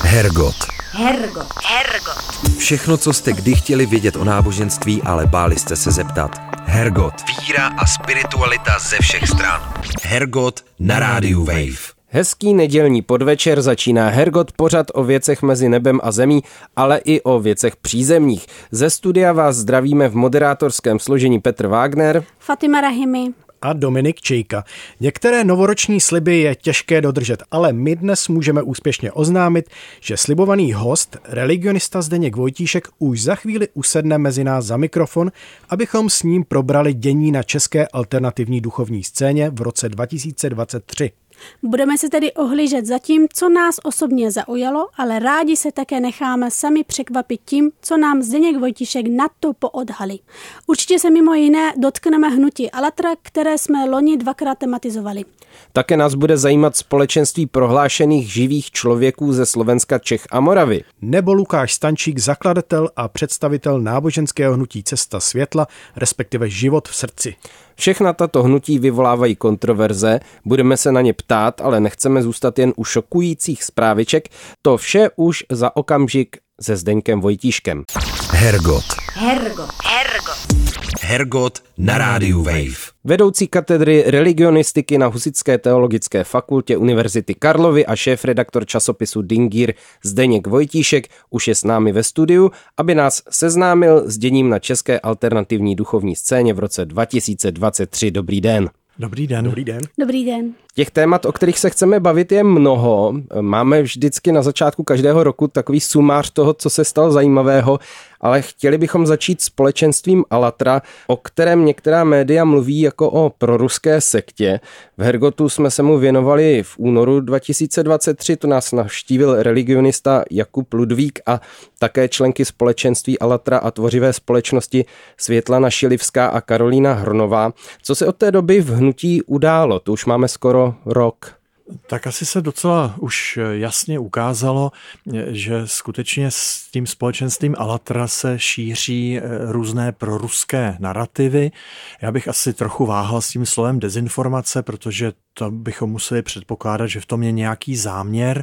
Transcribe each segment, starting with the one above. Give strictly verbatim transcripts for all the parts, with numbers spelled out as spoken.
Hergot. Hergot. Hergot. Všechno, co jste kdy chtěli vědět o náboženství, ale báli jste se zeptat. Hergot. Víra a spiritualita ze všech stran. Hergot na rádiu Wave. Hezký nedělní podvečer začíná Hergot, pořad o věcech mezi nebem a zemí, ale i o věcech přízemních. Ze studia vás zdravíme v moderátorském složení Petr Wagner, Fatima Rahimi a Dominik Čejka. Některé novoroční sliby je těžké dodržet, ale my dnes můžeme úspěšně oznámit, že slibovaný host, religionista Zdeněk Vojtíšek, už za chvíli usedne mezi nás za mikrofon, abychom s ním probrali dění na české alternativní duchovní scéně v roce dva tisíce dvacet tři. Budeme se tedy ohlížet za tím, co nás osobně zaujalo, ale rádi se také necháme sami překvapit tím, co nám Zdeněk Vojtíšek na to poodhalí. Určitě se mimo jiné dotkneme hnutí Alatra, které jsme loni dvakrát tematizovali. Také nás bude zajímat společenství prohlášených živých člověků ze Slovenska, Čech a Moravy. Nebo Lukáš Stančík, zakladatel a představitel náboženského hnutí Cesta světla, respektive Život v srdci. Všechna tato hnutí vyvolávají kontroverze, budeme se na ně ptát, ale nechceme zůstat jen u šokujících zpráviček. To vše už za okamžik se Zdeňkem Vojtíškem. Hergot. Hergot. Hergot. Hergot na rádiu Wave. Vedoucí katedry religionistiky na Husitské teologické fakultě Univerzity Karlovy a šéfredaktor časopisu Dingír Zdeněk Vojtíšek už je s námi ve studiu, aby nás seznámil s děním na české alternativní duchovní scéně v roce dva tisíce dvacet tři. Dobrý den. Dobrý den. Dobrý den. Dobrý den. Těch témat, o kterých se chceme bavit, je mnoho. Máme vždycky na začátku každého roku takový sumář toho, co se stalo zajímavého, ale chtěli bychom začít společenstvím Alatra, o kterém některá média mluví jako o proruské sektě. V Hergotu jsme se mu věnovali v únoru dva tisíce dvacet tři, to nás navštívil religionista Jakub Ludvík a také členky společenství Alatra a tvořivé společnosti Světlana Šilivská a Karolína Hronová. Co se od té doby v hnutí událo? To už máme skoro rok. Tak asi se docela už jasně ukázalo, že skutečně s tím společenstvím Alatra se šíří různé proruské narrativy. Já bych asi trochu váhal s tím slovem dezinformace, protože to bychom museli předpokládat, že v tom je nějaký záměr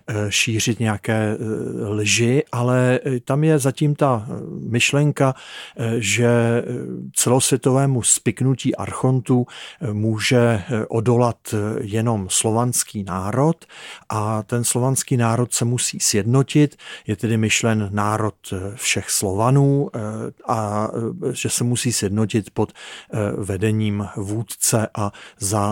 šířit nějaké lži, ale tam je zatím ta myšlenka, že celosvětovému spiknutí archontů může odolat jenom slovanský národ a ten slovanský národ se musí sjednotit, je tedy myšlen národ všech Slovanů a že se musí sjednotit pod vedením vůdce a za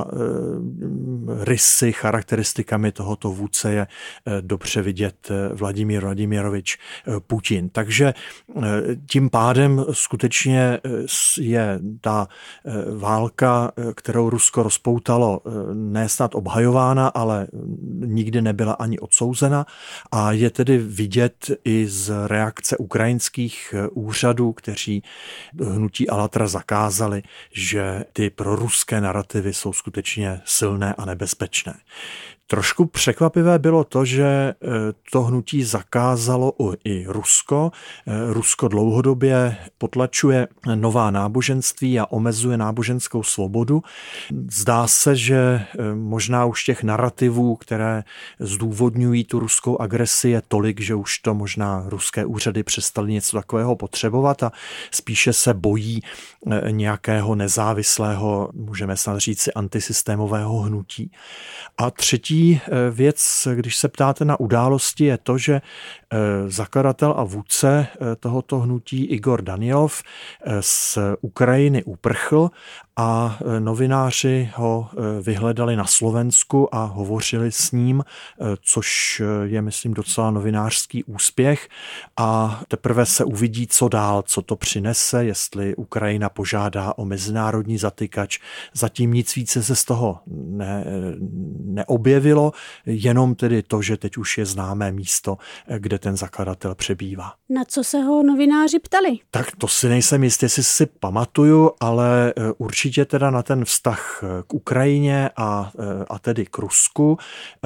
rysy, charakteristikami tohoto vůdce je dobře vidět Vladimír Vladimirovič Putin. Takže tím pádem skutečně je ta válka, kterou Rusko rozpoutalo, ne snad obhajována, ale nikdy nebyla ani odsouzena a je tedy vidět i z reakce ukrajinských úřadů, kteří hnutí Alatra zakázali, že ty proruské narrativy jsou skutečně silné a nebezpečné. Trošku překvapivé bylo to, že to hnutí zakázalo i Rusko. Rusko dlouhodobě potlačuje nová náboženství a omezuje náboženskou svobodu. Zdá se, že možná už těch narrativů, které zdůvodňují tu ruskou agresi, je tolik, že už to možná ruské úřady přestaly něco takového potřebovat a spíše se bojí nějakého nezávislého, můžeme snad říci, antisystémového hnutí. A třetí věc, když se ptáte na události, je to, že zakladatel a vůdce tohoto hnutí Igor Danilov z Ukrajiny uprchl a novináři ho vyhledali na Slovensku a hovořili s ním, což je, myslím, docela novinářský úspěch a teprve se uvidí, co dál, co to přinese, jestli Ukrajina požádá o mezinárodní zatykač. Zatím nic více se z toho ne, neobjevilo, jenom tedy to, že teď už je známé místo, kde ten zakladatel přebývá. Na co se ho novináři ptali? Tak to si nejsem jistý, jestli si pamatuju, ale určitě určitě teda na ten vztah k Ukrajině a, a tedy k Rusku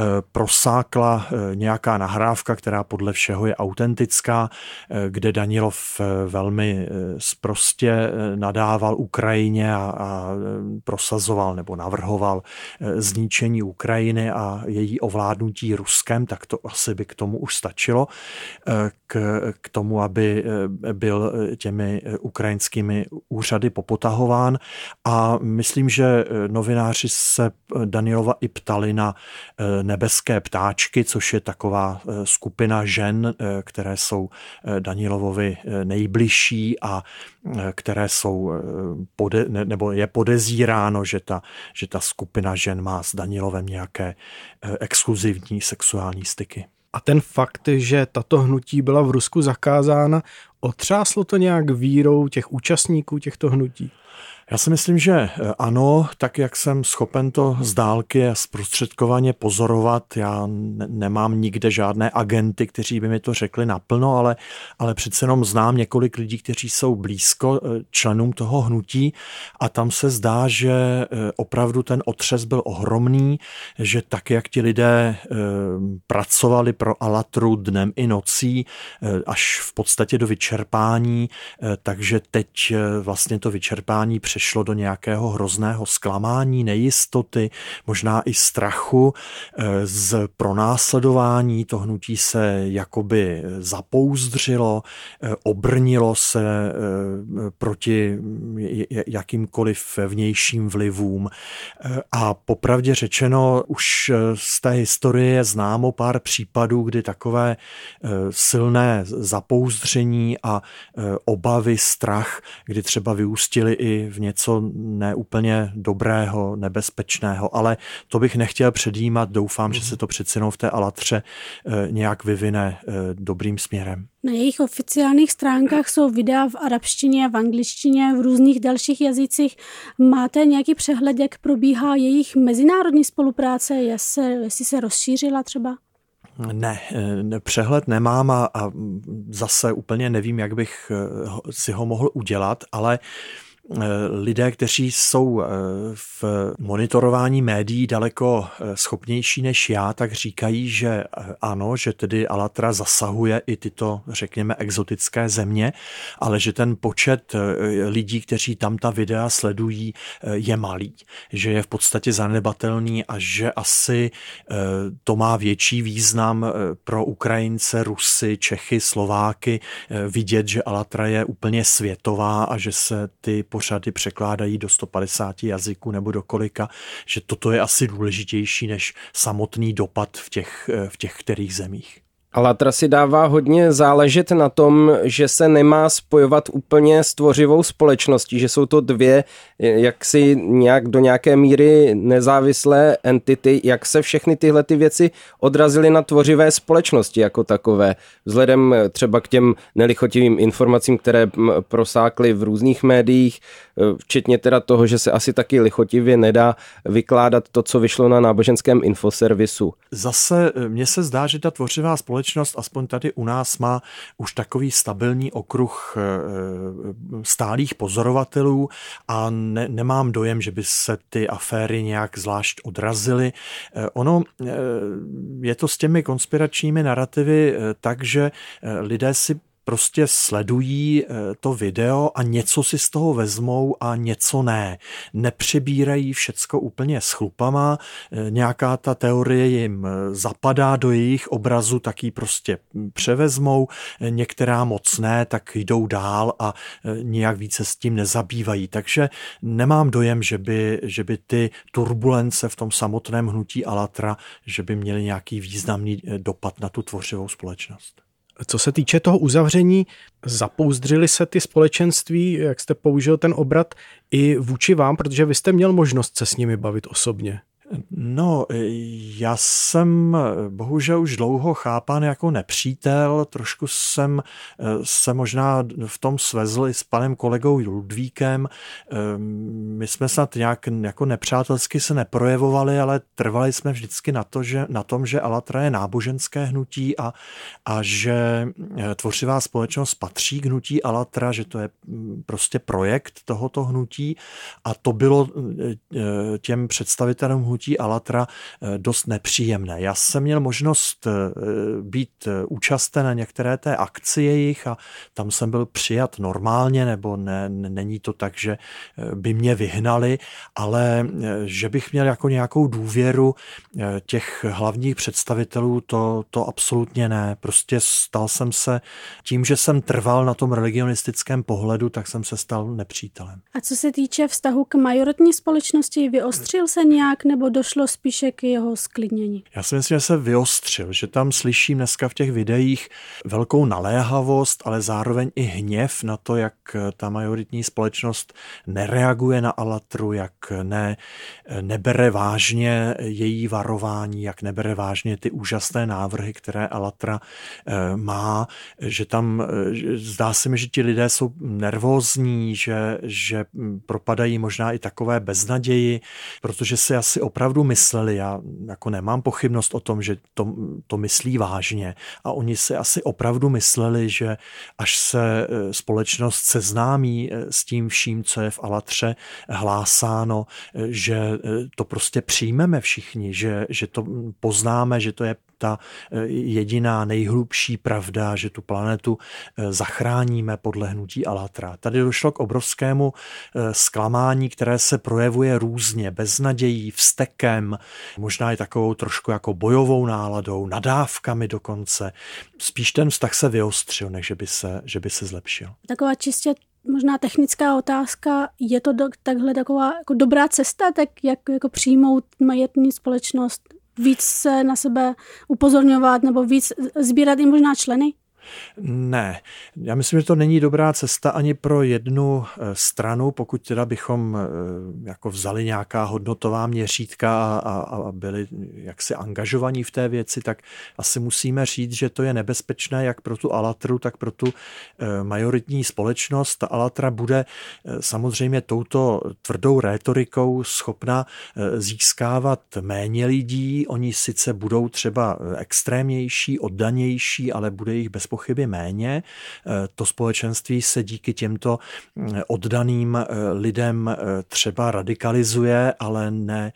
prosákla nějaká nahrávka, která podle všeho je autentická, kde Danilov velmi sprostě nadával Ukrajině a, a prosazoval nebo navrhoval zničení Ukrajiny a její ovládnutí Ruskem, tak to asi by k tomu už stačilo, k, k tomu, aby byl těmi ukrajinskými úřady popotahován. A myslím, že novináři se Danilova i ptali na Nebeské ptáčky, což je taková skupina žen, které jsou Danilovovi nejbližší a které jsou pode, nebo je podezíráno, že ta, že ta skupina žen má s Danilovem nějaké exkluzivní sexuální styky. A ten fakt, že tato hnutí byla v Rusku zakázána, otřáslo to nějak vírou těch účastníků těchto hnutí? Já si myslím, že ano, tak jak jsem schopen to z dálky a zprostředkovaně pozorovat. Já ne- nemám nikde žádné agenty, kteří by mi to řekli naplno, ale, ale přece jenom znám několik lidí, kteří jsou blízko členům toho hnutí a tam se zdá, že opravdu ten otřes byl ohromný, že tak, jak ti lidé pracovali pro Alatru dnem i nocí, až v podstatě do vyčerpání, takže teď vlastně to vyčerpání přešlo šlo do nějakého hrozného zklamání, nejistoty, možná i strachu z pronásledování. To hnutí se jakoby zapouzdřilo, obrnilo se proti jakýmkoliv vnějším vlivům. A popravdě řečeno, už z té historie je známo pár případů, kdy takové silné zapouzdření a obavy, strach, kdy třeba vyústily i v něco neúplně dobrého, nebezpečného, ale to bych nechtěl předjímat. Doufám, že se to přeci jenom v té Alatře nějak vyvine dobrým směrem. Na jejich oficiálních stránkách jsou videa v arabštině, v angličtině, v různých dalších jazycích. Máte nějaký přehled, jak probíhá jejich mezinárodní spolupráce, jestli se rozšířila třeba? Ne, přehled nemám a, a zase úplně nevím, jak bych si ho mohl udělat, ale lidé, kteří jsou v monitorování médií daleko schopnější než já, tak říkají, že ano, že tedy Alatra zasahuje i tyto, řekněme, exotické země, ale že ten počet lidí, kteří tam ta videa sledují, je malý, že je v podstatě zanedbatelný a že asi to má větší význam pro Ukrajince, Rusy, Čechy, Slováky vidět, že Alatra je úplně světová a že se ty pořady překládají do sto padesát jazyků nebo do kolika, že toto je asi důležitější než samotný dopad v těch, v těch kterých zemích. Alatra si dává hodně záležet na tom, že se nemá spojovat úplně s tvořivou společností, že jsou to dvě jaksi nějak do nějaké míry nezávislé entity, jak se všechny tyhle ty věci odrazily na tvořivé společnosti jako takové. Vzhledem třeba k těm nelichotivým informacím, které prosákly v různých médiích, včetně teda toho, že se asi taky lichotivě nedá vykládat to, co vyšlo na náboženském infoservisu. Zase mně se zdá, že ta tvořivá společnost, aspoň tady u nás, má už takový stabilní okruh stálých pozorovatelů a ne, nemám dojem, že by se ty aféry nějak zvlášť odrazily. Ono je to s těmi konspiračními narrativy tak, že lidé si prostě sledují to video a něco si z toho vezmou a něco ne. Nepřebírají všecko úplně s chlupama, nějaká ta teorie jim zapadá do jejich obrazu, tak ji prostě převezmou, některá moc ne, tak jdou dál a nějak více s tím nezabývají. Takže nemám dojem, že by, že by ty turbulence v tom samotném hnutí Alatra, že by měly nějaký významný dopad na tu tvořivou společnost. Co se týče toho uzavření, zapouzdřily se ty společenství, jak jste použil ten obrat, i vůči vám, protože vy jste měl možnost se s nimi bavit osobně. No, já jsem bohužel už dlouho chápán jako nepřítel, trošku jsem se možná v tom svezl i s panem kolegou Ludvíkem. My jsme snad nějak jako nepřátelsky se neprojevovali, ale trvali jsme vždycky na, to, že, na tom, že Alatra je náboženské hnutí a, a že tvořivá společnost patří k hnutí Alatra, že to je prostě projekt tohoto hnutí a to bylo těm představitelům hnutí Alatra dost nepříjemné. Já jsem měl možnost být účasten na některé té akci jejich a tam jsem byl přijat normálně, nebo ne, není to tak, že by mě vyhnali, ale že bych měl jako nějakou důvěru těch hlavních představitelů, to, to absolutně ne. Prostě stal jsem se tím, že jsem trval na tom religionistickém pohledu, tak jsem se stal nepřítelem. A co se týče vztahu k majoritní společnosti, vyostřil se nějak nebo došlo spíše k jeho sklidnění? Já si myslím, že se vyostřil, že tam slyším dneska v těch videích velkou naléhavost, ale zároveň i hněv na to, jak ta majoritní společnost nereaguje na Alatru, jak ne, nebere vážně její varování, jak nebere vážně ty úžasné návrhy, které Alatra má, že tam zdá se mi, že ti lidé jsou nervózní, že, že propadají možná i takové beznaději, protože si asi opravdu mysleli, já jako nemám pochybnost o tom, že to, to myslí vážně a oni si asi opravdu mysleli, že až se společnost seznámí s tím vším, co je v Alatře hlásáno, že to prostě přijmeme všichni, že, že to poznáme, že to je ta jediná nejhlubší pravda, že tu planetu zachráníme podle hnutí Alatra. Tady došlo k obrovskému zklamání, které se projevuje různě, beznadějí, vztekem, možná i takovou trošku jako bojovou náladou, nadávkami dokonce. Spíš ten vztah se vyostřil, než že by se, že by se zlepšil. Taková čistě možná technická otázka, je to do, takhle taková jako dobrá cesta, tak jak jako přijmout majetní společnost, víc se na sebe upozorňovat nebo víc sbírat i možná členy? Ne, já myslím, že to není dobrá cesta ani pro jednu stranu, pokud teda bychom jako vzali nějaká hodnotová měřítka a, a byli jaksi angažovaní v té věci, tak asi musíme říct, že to je nebezpečné jak pro tu Alatru, tak pro tu majoritní společnost. Ta Alatra bude samozřejmě touto tvrdou rétorikou schopna získávat méně lidí. Oni sice budou třeba extrémnější, oddanější, ale bude jich bez pochyby méně. To společenství se díky těmto oddaným lidem třeba radikalizuje, ale ne,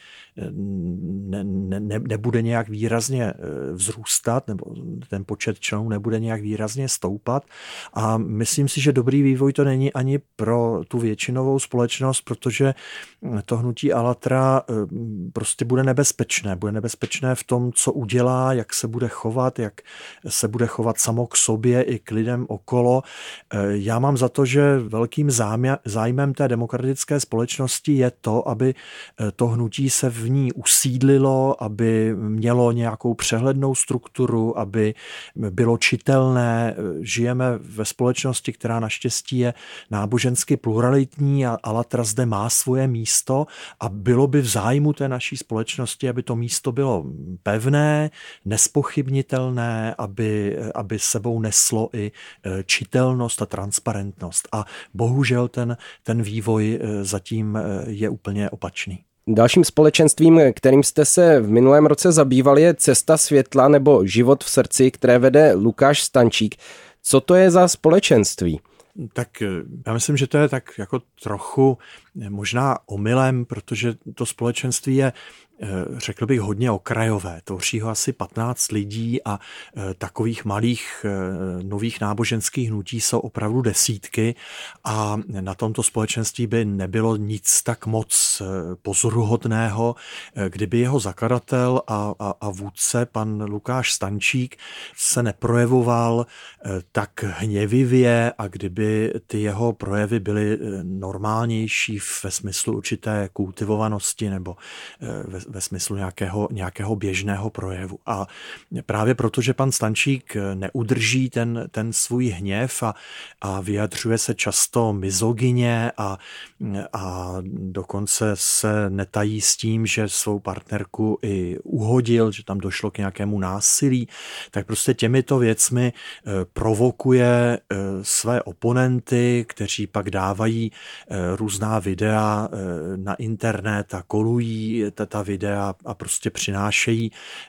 ne, ne, nebude nějak výrazně vzrůstat, nebo ten počet členů nebude nějak výrazně stoupat. A myslím si, že dobrý vývoj to není ani pro tu většinovou společnost, protože to hnutí Alatra prostě bude nebezpečné. Bude nebezpečné v tom, co udělá, jak se bude chovat, jak se bude chovat samo k sobě i k lidem okolo. Já mám za to, že velkým zájmem té demokratické společnosti je to, aby to hnutí se v ní usídlilo, aby mělo nějakou přehlednou strukturu, aby bylo čitelné. Žijeme ve společnosti, která naštěstí je nábožensky pluralitní a Alatra zde má svoje místo a bylo by v zájmu té naší společnosti, aby to místo bylo pevné, nespochybnitelné, aby, aby sebou neslo i čitelnost a transparentnost. A bohužel ten, ten vývoj zatím je úplně opačný. Dalším společenstvím, kterým jste se v minulém roce zabývali, je Cesta světla nebo Život v srdci, které vede Lukáš Stančík. Co to je za společenství? Tak já myslím, že to je tak jako trochu možná omylem, protože to společenství je, řekl bych, hodně okrajové. Tvoří ho asi patnáct lidí a takových malých nových náboženských hnutí jsou opravdu desítky a na tomto společenství by nebylo nic tak moc pozoruhodného, kdyby jeho zakladatel a, a, a vůdce, pan Lukáš Stančík, se neprojevoval tak hněvivě a kdyby ty jeho projevy byly normálnější ve smyslu určité kultivovanosti nebo ve ve smyslu nějakého, nějakého běžného projevu. A právě proto, že pan Stančík neudrží ten, ten svůj hněv a, a vyjadřuje se často mizogyně a, a dokonce se netají s tím, že svou partnerku i uhodil, že tam došlo k nějakému násilí, tak prostě těmito věcmi provokuje své oponenty, kteří pak dávají různá videa na internet a kolují ta videa a prostě přinášejí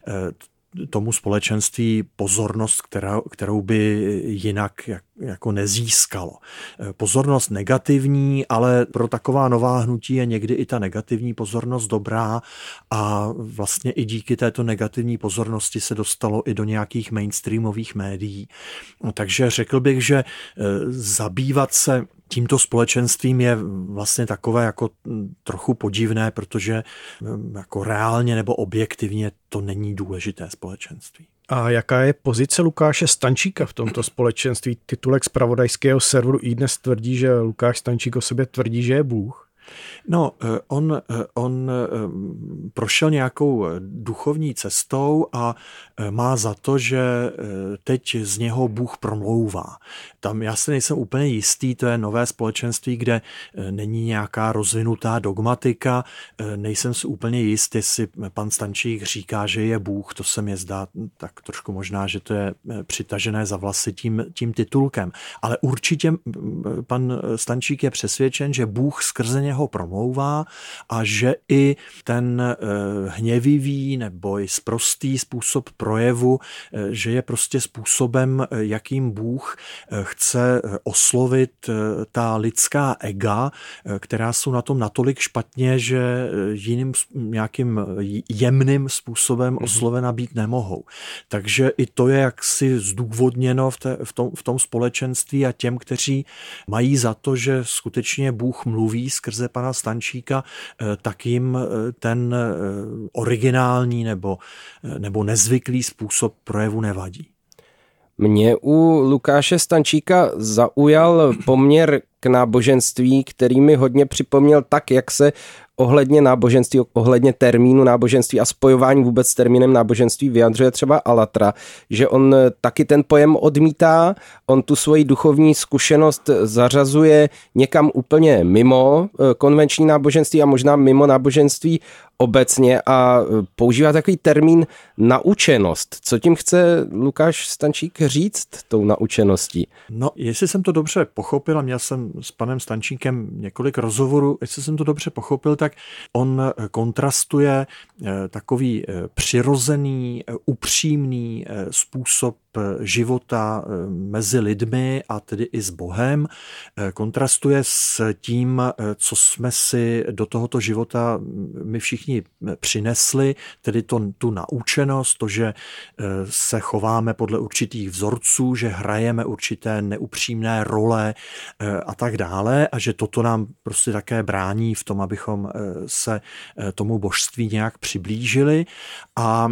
tomu společenství pozornost, která, kterou by jinak jak, jako nezískalo. Pozornost negativní, ale pro taková nová hnutí je někdy i ta negativní pozornost dobrá a vlastně i díky této negativní pozornosti se dostalo i do nějakých mainstreamových médií. Takže řekl bych, že zabývat se tímto společenstvím je vlastně takové jako trochu podivné, protože jako reálně nebo objektivně to není důležité společenství. A jaká je pozice Lukáše Stančíka v tomto společenství? Titulek zpravodajského serveru iDnes tvrdí, že Lukáš Stančík o sobě tvrdí, že je Bůh. No, on, on prošel nějakou duchovní cestou a má za to, že teď z něho Bůh promlouvá. Tam já si nejsem úplně jistý, to je nové společenství, kde není nějaká rozvinutá dogmatika. Nejsem si úplně jist, jestli pan Stančík říká, že je Bůh, to se mi zdá tak trošku možná, že to je přitažené za vlasy tím, tím titulkem. Ale určitě pan Stančík je přesvědčen, že Bůh skrze něho promlouvá a že i ten hněvivý nebo i sprostý způsob projevu, že je prostě způsobem, jakým Bůh chce oslovit ta lidská ega, která jsou na tom natolik špatně, že jiným nějakým jemným způsobem oslovena být nemohou. Takže i to je jaksi zdůvodněno v, té, v, tom, v tom společenství a těm, kteří mají za to, že skutečně Bůh mluví skrze pana Stančíka, tak jim ten originální nebo, nebo nezvyklý způsob projevu nevadí. Mě u Lukáše Stančíka zaujal poměr k náboženství, který mi hodně připomněl tak, jak se ohledně náboženství, ohledně termínu náboženství a spojování vůbec s termínem náboženství vyjadřuje třeba Alatra, že on taky ten pojem odmítá, on tu svoji duchovní zkušenost zařazuje někam úplně mimo konvenční náboženství a možná mimo náboženství obecně a používá takový termín naučenost. Co tím chce Lukáš Stančík říct tou naučeností? No, jestli jsem to dobře pochopil, a měl jsem s panem Stančíkem několik rozhovorů, jestli jsem to dobře pochopil, tak on kontrastuje takový přirozený, upřímný způsob života mezi lidmi a tedy i s Bohem. Kontrastuje s tím, co jsme si do tohoto života my všichni přinesli, tedy to, tu naučenost, to, že se chováme podle určitých vzorců, že hrajeme určité neupřímné role a tak dále a že toto nám prostě také brání v tom, abychom se tomu božství nějak přiblížili. A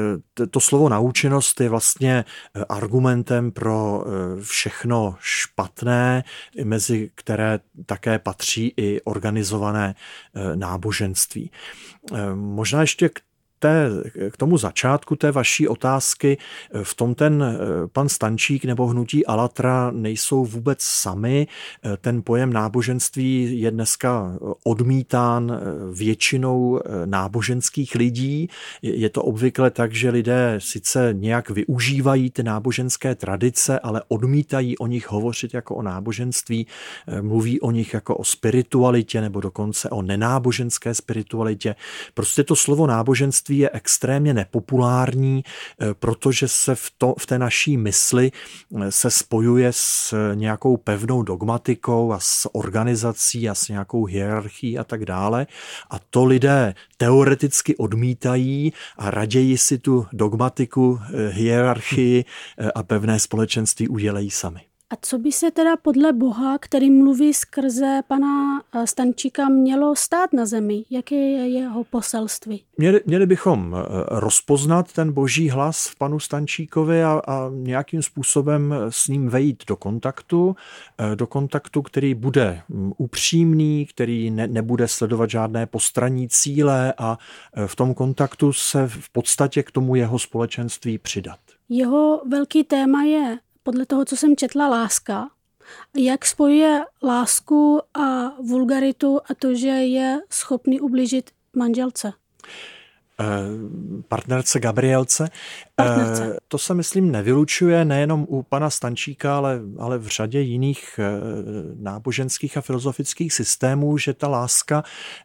to slovo naučenost je vlastně argumentem pro všechno špatné, mezi které také patří i organizované náboženství. Možná ještě k Té, k tomu začátku té vaší otázky, v tom ten pan Stančík nebo hnutí Alatra nejsou vůbec sami. Ten pojem náboženství je dneska odmítán většinou náboženských lidí. Je to obvykle tak, že lidé sice nějak využívají ty náboženské tradice, ale odmítají o nich hovořit jako o náboženství, mluví o nich jako o spiritualitě nebo dokonce o nenáboženské spiritualitě. Prostě to slovo náboženství je extrémně nepopulární, protože se v, to, v té naší mysli se spojuje s nějakou pevnou dogmatikou a s organizací a s nějakou hierarchií a tak dále. A to lidé teoreticky odmítají a raději si tu dogmatiku, hierarchii a pevné společenství udělají sami. A co by se teda podle Boha, který mluví skrze pana Stančíka, mělo stát na zemi? Jaké je jeho poselství? Měli, měli bychom rozpoznat ten boží hlas v panu Stančíkovi a, a nějakým způsobem s ním vejít do kontaktu, do kontaktu, který bude upřímný, který ne, nebude sledovat žádné postranní cíle a v tom kontaktu se v podstatě k tomu jeho společenství přidat. Jeho velký téma je, podle toho, co jsem četla, láska. Jak spojuje lásku a vulgaritu a to, že je schopný ublížit manželce? Partnerce Gabrielce. Partnerce. To se, myslím, nevylučuje nejenom u pana Stančíka, ale, ale v řadě jiných náboženských a filozofických systémů, že ta láska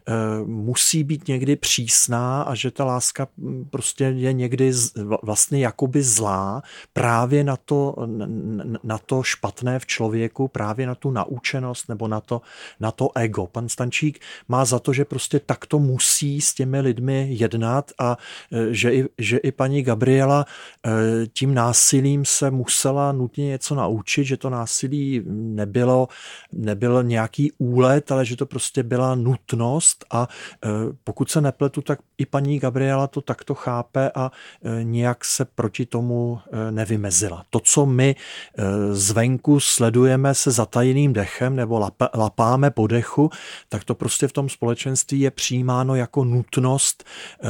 musí být někdy přísná a že ta láska prostě je někdy vlastně jakoby zlá právě na to, na to špatné v člověku, právě na tu naučenost nebo na to, na to ego. Pan Stančík má za to, že prostě takto musí s těmi lidmi jednat a že i, že i paní Gabriela tím násilím se musela nutně něco naučit, že to násilí nebylo, nebyl nějaký úlet, ale že to prostě byla nutnost a pokud se nepletu, tak i paní Gabriela to takto chápe a nějak se proti tomu nevymezila. To, co my zvenku sledujeme se zatajeným dechem nebo lap, lapáme po dechu, tak to prostě v tom společenství je přijímáno jako nutnost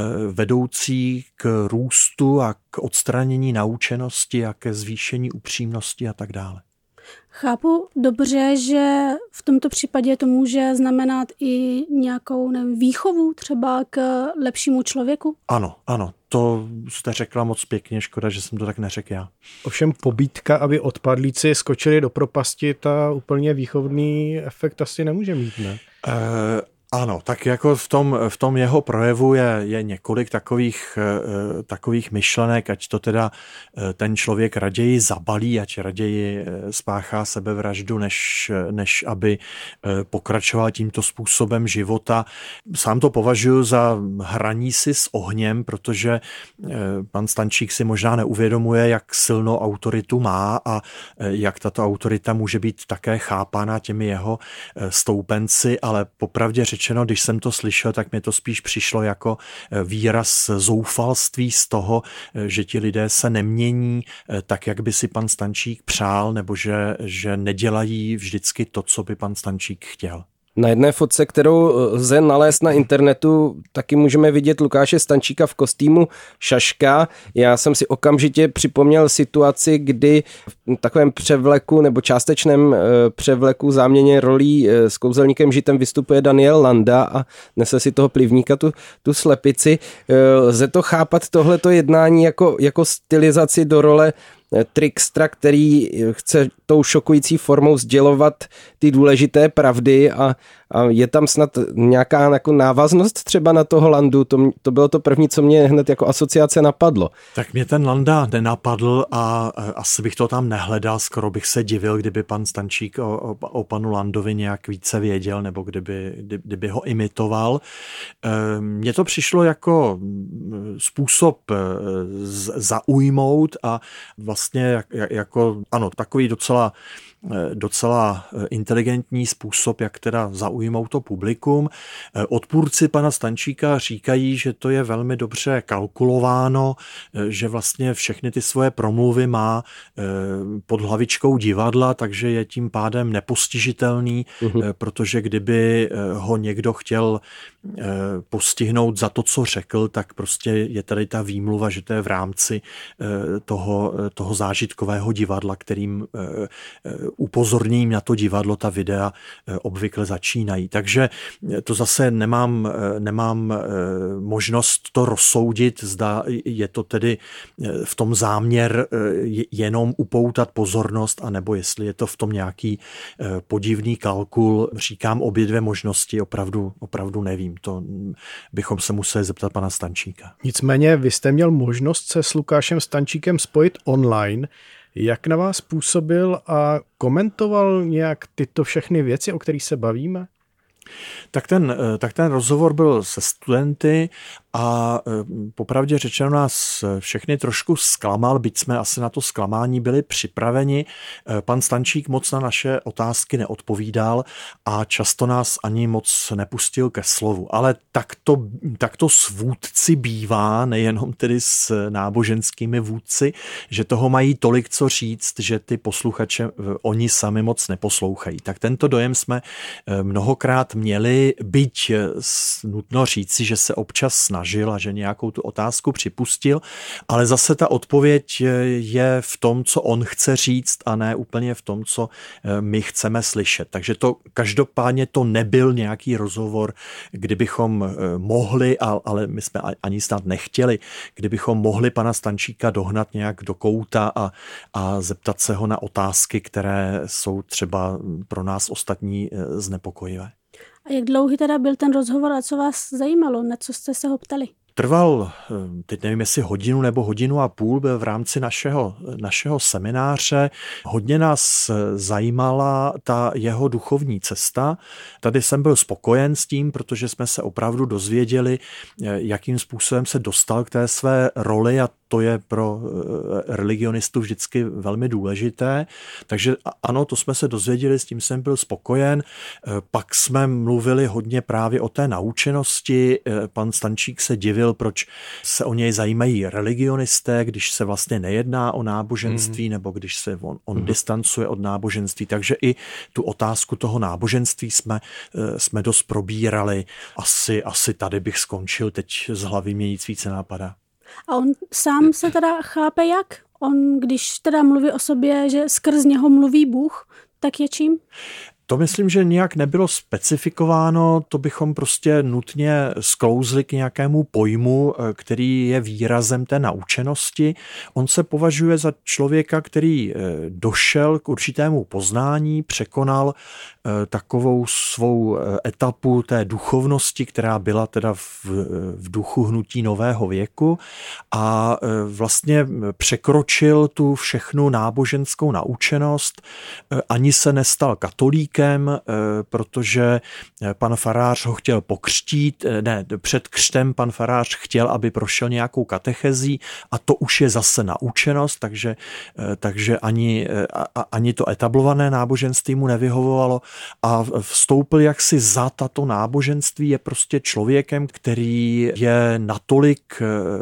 vedoucí k růstu a k odstranění naučenosti a ke zvýšení upřímnosti a tak dále. Chápu dobře, že v tomto případě to může znamenat i nějakou nevím, výchovu třeba k lepšímu člověku? Ano, ano, to jste řekla moc pěkně, škoda, že jsem to tak neřekl já. Ovšem pobídka, aby odpadlíci skočili do propasti, ta úplně výchovný efekt asi nemůže mít, ne? Uh, Ano, tak jako v tom, v tom jeho projevu je, je několik takových, takových myšlenek, ať to teda ten člověk raději zabalí, ať raději spáchá sebevraždu, než, než aby pokračoval tímto způsobem života. Sám to považuji za hraní si s ohněm, protože pan Stančík si možná neuvědomuje, jak silnou autoritu má a jak tato autorita může být také chápána těmi jeho stoupenci, ale popravdě řečeno, když jsem to slyšel, tak mi to spíš přišlo jako výraz zoufalství z toho, že ti lidé se nemění tak, jak by si pan Stančík přál, nebo že, že nedělají vždycky to, co by pan Stančík chtěl. Na jedné fotce, kterou lze nalézt na internetu, taky můžeme vidět Lukáše Stančíka v kostýmu šaška. Já jsem si okamžitě připomněl situaci, kdy v takovém převleku nebo částečném převleku záměně rolí s kouzelníkem Žitem vystupuje Daniel Landa a nese si toho plivníka, tu, tu slepici. Lze to chápat tohleto jednání jako, jako stylizaci do role trickstra, který chce tou šokující formou sdělovat ty důležité pravdy a, a je tam snad nějaká jako návaznost třeba na toho Landu. To, to bylo to první, co mě hned jako asociace napadlo. Tak mě ten Landa nenapadl a asi bych to tam nehledal, skoro bych se divil, kdyby pan Stančík o, o, o panu Landovi nějak více věděl nebo kdyby, kdyby ho imitoval. Mně to přišlo jako způsob zaujmout a vlastně jako, ano, takový docela docela inteligentní způsob, jak teda zaujmout to publikum. Odpůrci pana Stančíka říkají, že to je velmi dobře kalkulováno, že vlastně všechny ty svoje promluvy má pod hlavičkou divadla, takže je tím pádem nepostižitelný, uhum. Protože kdyby ho někdo chtěl postihnout za to, co řekl, tak prostě je tady ta výmluva, že to je v rámci toho, toho zážitkového divadla, kterým upozorněním na to divadlo ta videa obvykle začínají. Takže to zase nemám, nemám možnost to rozsoudit, zda je to tedy v tom záměr jenom upoutat pozornost, anebo jestli je to v tom nějaký podivný kalkul. Říkám obě dvě možnosti, opravdu, opravdu nevím. To bychom se museli zeptat pana Stančíka. Nicméně vy jste měl možnost se s Lukášem Stančíkem spojit online. Jak na vás působil a komentoval nějak tyto všechny věci, o kterých se bavíme? Tak ten, tak ten rozhovor byl se studenty a popravdě řečeno nás všechny trošku zklamal, byť jsme asi na to zklamání byli připraveni. Pan Stančík moc na naše otázky neodpovídal a často nás ani moc nepustil ke slovu. Ale tak to, tak to s vůdci bývá, nejenom tedy s náboženskými vůdci, že toho mají tolik co říct, že ty posluchače oni sami moc neposlouchají. Tak tento dojem jsme mnohokrát měli, byť nutno říci, že se občas snažil a že nějakou tu otázku připustil, ale zase ta odpověď je v tom, co on chce říct a ne úplně v tom, co my chceme slyšet. Takže to každopádně to nebyl nějaký rozhovor, kdybychom mohli, ale my jsme ani snad nechtěli, kdybychom mohli pana Stančíka dohnat nějak do kouta a, a zeptat se ho na otázky, které jsou třeba pro nás ostatní znepokojivé. A jak dlouhý teda byl ten rozhovor a co vás zajímalo, na co jste se ho ptali? Trval, teď nevím, jestli hodinu nebo hodinu a půl, byl v rámci našeho, našeho semináře. Hodně nás zajímala ta jeho duchovní cesta. Tady jsem byl spokojen s tím, protože jsme se opravdu dozvěděli, jakým způsobem se dostal k té své roli a to je pro religionistu vždycky velmi důležité. Takže ano, to jsme se dozvěděli, s tím jsem byl spokojen. Pak jsme mluvili hodně právě o té naučenosti. Pan Stančík se divil, proč se o něj zajímají religionisté, když se vlastně nejedná o náboženství, mm. nebo když se on, on mm. distancuje od náboženství. Takže i tu otázku toho náboženství jsme, jsme dost probírali. Asi, asi tady bych skončil, teď z hlavy mě nic více napadá. A on sám se teda chápe jak? On, když teda mluví o sobě, že skrz něho mluví Bůh, tak je čím? To myslím, že nějak nebylo specifikováno, to bychom prostě nutně sklouzli k nějakému pojmu, který je výrazem té naučenosti. On se považuje za člověka, který došel k určitému poznání, překonal takovou svou etapu té duchovnosti, která byla teda v, v duchu hnutí nového věku a vlastně překročil tu všechnu náboženskou naučenost, ani se nestal katolíkem, protože pan farář ho chtěl pokřtít, ne, před křtem pan farář chtěl, aby prošel nějakou katechezí a to už je zase naučenost, takže, takže ani, ani to etablované náboženství mu nevyhovovalo a vstoupil jaksi za tato náboženství, je prostě člověkem, který je natolik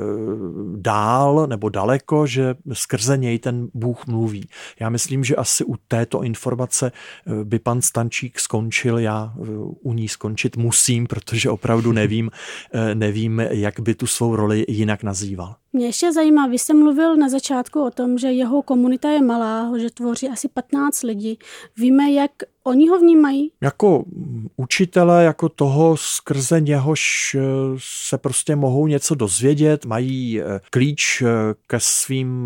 dál nebo daleko, že skrze něj ten Bůh mluví. Já myslím, že asi u této informace by pan Stančík skončil, já u ní skončit musím, protože opravdu nevím, nevím, jak by tu svou roli jinak nazýval. Mě ještě zajímá, vy jste mluvil na začátku o tom, že jeho komunita je malá, že tvoří asi patnáct lidí. Víme, jak oni ho vnímají? Jako učitele, jako toho, skrze něhož se prostě mohou něco dozvědět, mají klíč ke svým,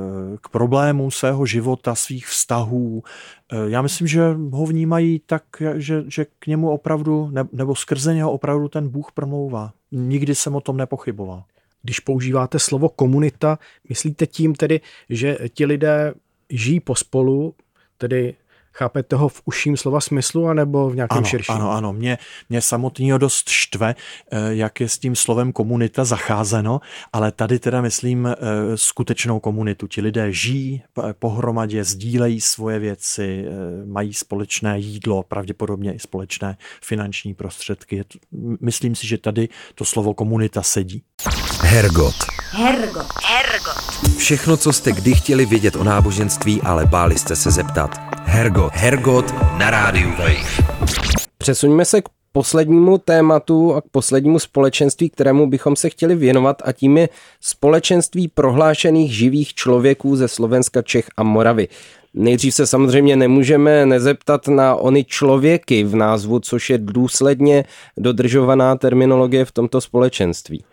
k problémům svého života, svých vztahů. Já myslím, že ho vnímají tak, že, že k němu opravdu, nebo skrze něho opravdu ten Bůh promlouvá. Nikdy jsem o tom nepochyboval. Když používáte slovo komunita, myslíte tím tedy, že ti lidé žijí pospolu, tedy chápete ho v užším slova smyslu, anebo v nějakém ano, širším? Ano, ano, mě, mě samotného dost štve, jak je s tím slovem komunita zacházeno, ale tady teda myslím skutečnou komunitu. Ti lidé žijí pohromadě, sdílejí svoje věci, mají společné jídlo, pravděpodobně i společné finanční prostředky. Myslím si, že tady to slovo komunita sedí. Hergot. Hergot. Hergot. Všechno, co jste kdy chtěli vědět o náboženství, ale báli jste se zeptat. Hergot. Hergot na rádiu Wave. Přesuňme se k poslednímu tématu a k poslednímu společenství, kterému bychom se chtěli věnovat, a tím je společenství prohlášených živých člověků ze Slovenska, Čech a Moravy. Nejdřív se samozřejmě nemůžeme nezeptat na ony člověky v názvu, což je důsledně dodržovaná terminologie v tomto společenství.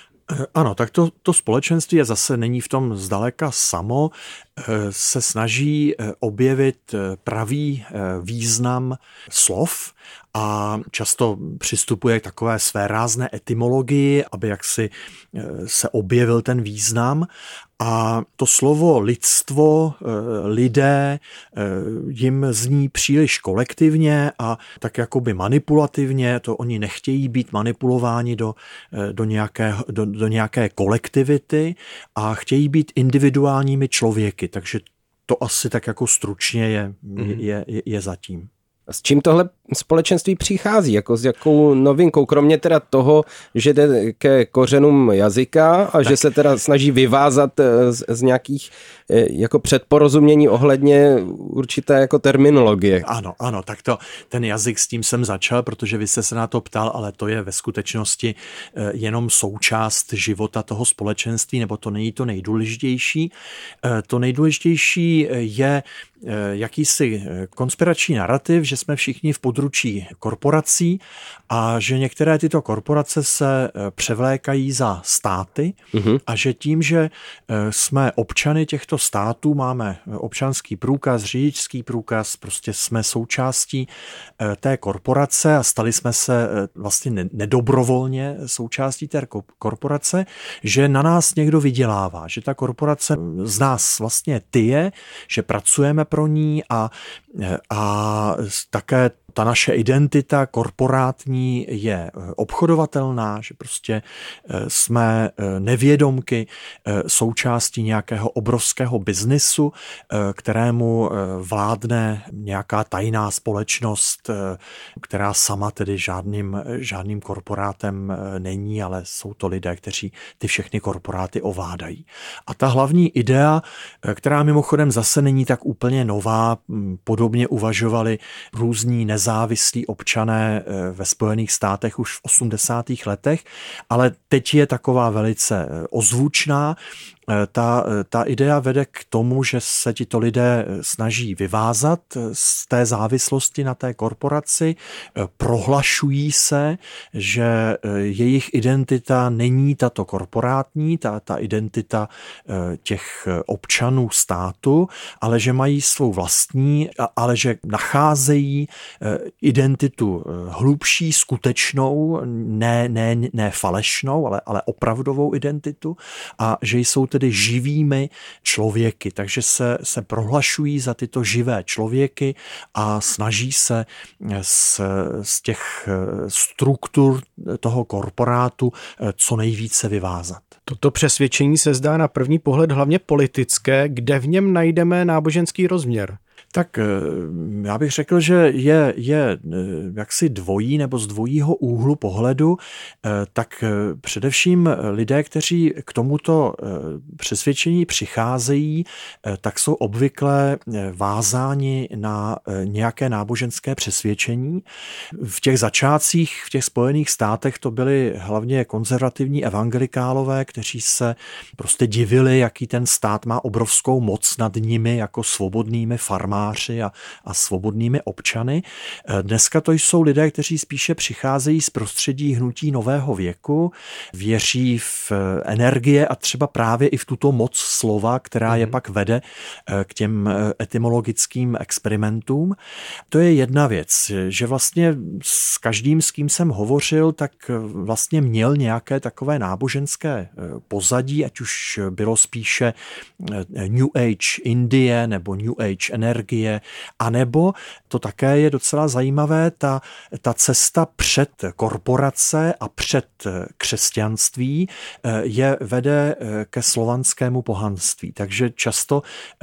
Ano, tak to, to společenství je zase není v tom zdaleka samo, se snaží objevit pravý význam slov a často přistupuje k takové své rázné etymologii, aby jaksi se objevil ten význam. A to slovo lidstvo, lidé, jim zní příliš kolektivně a tak jakoby manipulativně, to oni nechtějí být manipulováni do, do, nějaké, do, do nějaké kolektivity a chtějí být individuálními člověky, takže to asi tak jako stručně je, je, je, je zatím. A s čím tohle společenství přichází? Jako s jakou novinkou? Kromě teda toho, že jde ke kořenům jazyka a tak. Že se teda snaží vyvázat z, z nějakých jako předporozumění ohledně určité jako terminologie. Ano, ano, tak to, ten jazyk s tím jsem začal, protože vy jste se na to ptal, ale to je ve skutečnosti jenom součást života toho společenství, nebo to není to nejdůležitější. To nejdůležitější je jakýsi konspirační narrativ, že jsme všichni v područí korporací a že některé tyto korporace se převlékají za státy mm-hmm. a že tím, že jsme občany těchto států, máme občanský průkaz, řidičský průkaz, prostě jsme součástí té korporace a stali jsme se vlastně nedobrovolně součástí té korporace, že na nás někdo vydělává, že ta korporace z nás vlastně tyje, že pracujeme pro ní a, a také ta naše identita korporátní je obchodovatelná, že prostě jsme nevědomky součástí nějakého obrovského biznisu, kterému vládne nějaká tajná společnost, která sama tedy žádným, žádným korporátem není, ale jsou to lidé, kteří ty všechny korporáty ovládají. A ta hlavní idea, která mimochodem zase není tak úplně nová, podobně uvažovali různí nezávislí závislí občané ve Spojených státech už v osmdesátých letech, ale teď je taková velice ozvučná. Ta, ta idea vede k tomu, že se tito lidé snaží vyvázat z té závislosti na té korporaci, prohlašují se, že jejich identita není tato korporátní, ta, ta identita těch občanů státu, ale že mají svou vlastní, ale že nacházejí identitu hlubší, skutečnou, ne, ne, ne falešnou, ale, ale opravdovou identitu a že jsou tedy živými člověky, takže se, se prohlašují za tyto živé člověky a snaží se z, z těch struktur toho korporátu co nejvíce vyvázat. Toto přesvědčení se zdá na první pohled hlavně politické, kde v něm najdeme náboženský rozměr. Tak já bych řekl, že je, je jaksi dvojí nebo z dvojího úhlu pohledu, tak především lidé, kteří k tomuto přesvědčení přicházejí, tak jsou obvykle vázáni na nějaké náboženské přesvědčení. V těch začátcích v těch Spojených státech to byli hlavně konzervativní evangelikálové, kteří se prostě divili, jaký ten stát má obrovskou moc nad nimi jako svobodnými farmáři a, a svobodnými občany. Dneska to jsou lidé, kteří spíše přicházejí z prostředí hnutí nového věku, věří v energie a třeba právě i v tuto moc slova, která je pak vede k těm etymologickým experimentům. To je jedna věc, že vlastně s každým, s kým jsem hovořil, tak vlastně měl nějaké takové náboženské pozadí, ať už bylo spíše New Age Indie nebo New Age energie, anebo to také je docela zajímavé, ta, ta cesta před korporace a před křesťanství je vede ke slovanskému pohanství. Takže často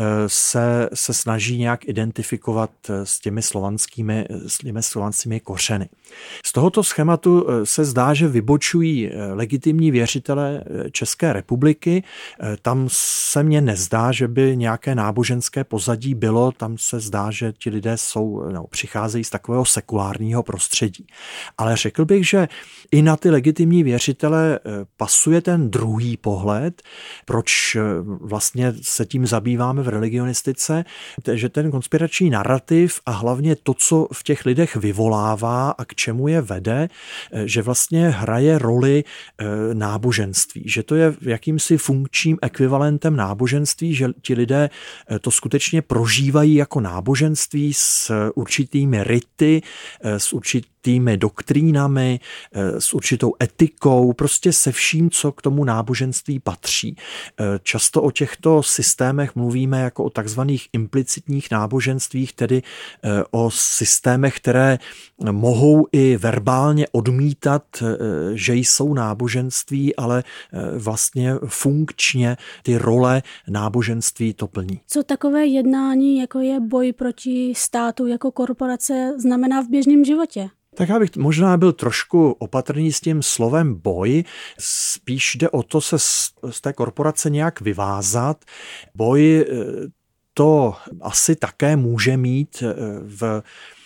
se, se snaží nějak identifikovat s těmi slovanskými, s těmi slovanskými kořeny. Z tohoto schématu se zdá, že vybočují legitimní věřitelé České republiky. Tam se mně nezdá, že by nějaké náboženské pozadí bylo, tam se zdá, že ti lidé jsou, no, přicházejí z takového sekulárního prostředí. Ale řekl bych, že i na ty legitimní věřitele pasuje ten druhý pohled, proč vlastně se tím zabýváme v religionistice, že ten konspirační narrativ a hlavně to, co v těch lidech vyvolává a k čemu je vede, že vlastně hraje roli náboženství, že to je jakýmsi funkčním ekvivalentem náboženství, že ti lidé to skutečně prožívají jako jako náboženství s určitými rity, s určitými doktrínami, s určitou etikou, prostě se vším, co k tomu náboženství patří. Často o těchto systémech mluvíme jako o takzvaných implicitních náboženstvích, tedy o systémech, které mohou i verbálně odmítat, že jsou náboženství, ale vlastně funkčně ty role náboženství to plní. Co takové jednání, jako je boj proti státu jako korporace, znamená v běžném životě? Tak já bych možná byl trošku opatrný s tím slovem boj. Spíš jde o to se z té korporace nějak vyvázat. Boj to asi také může mít v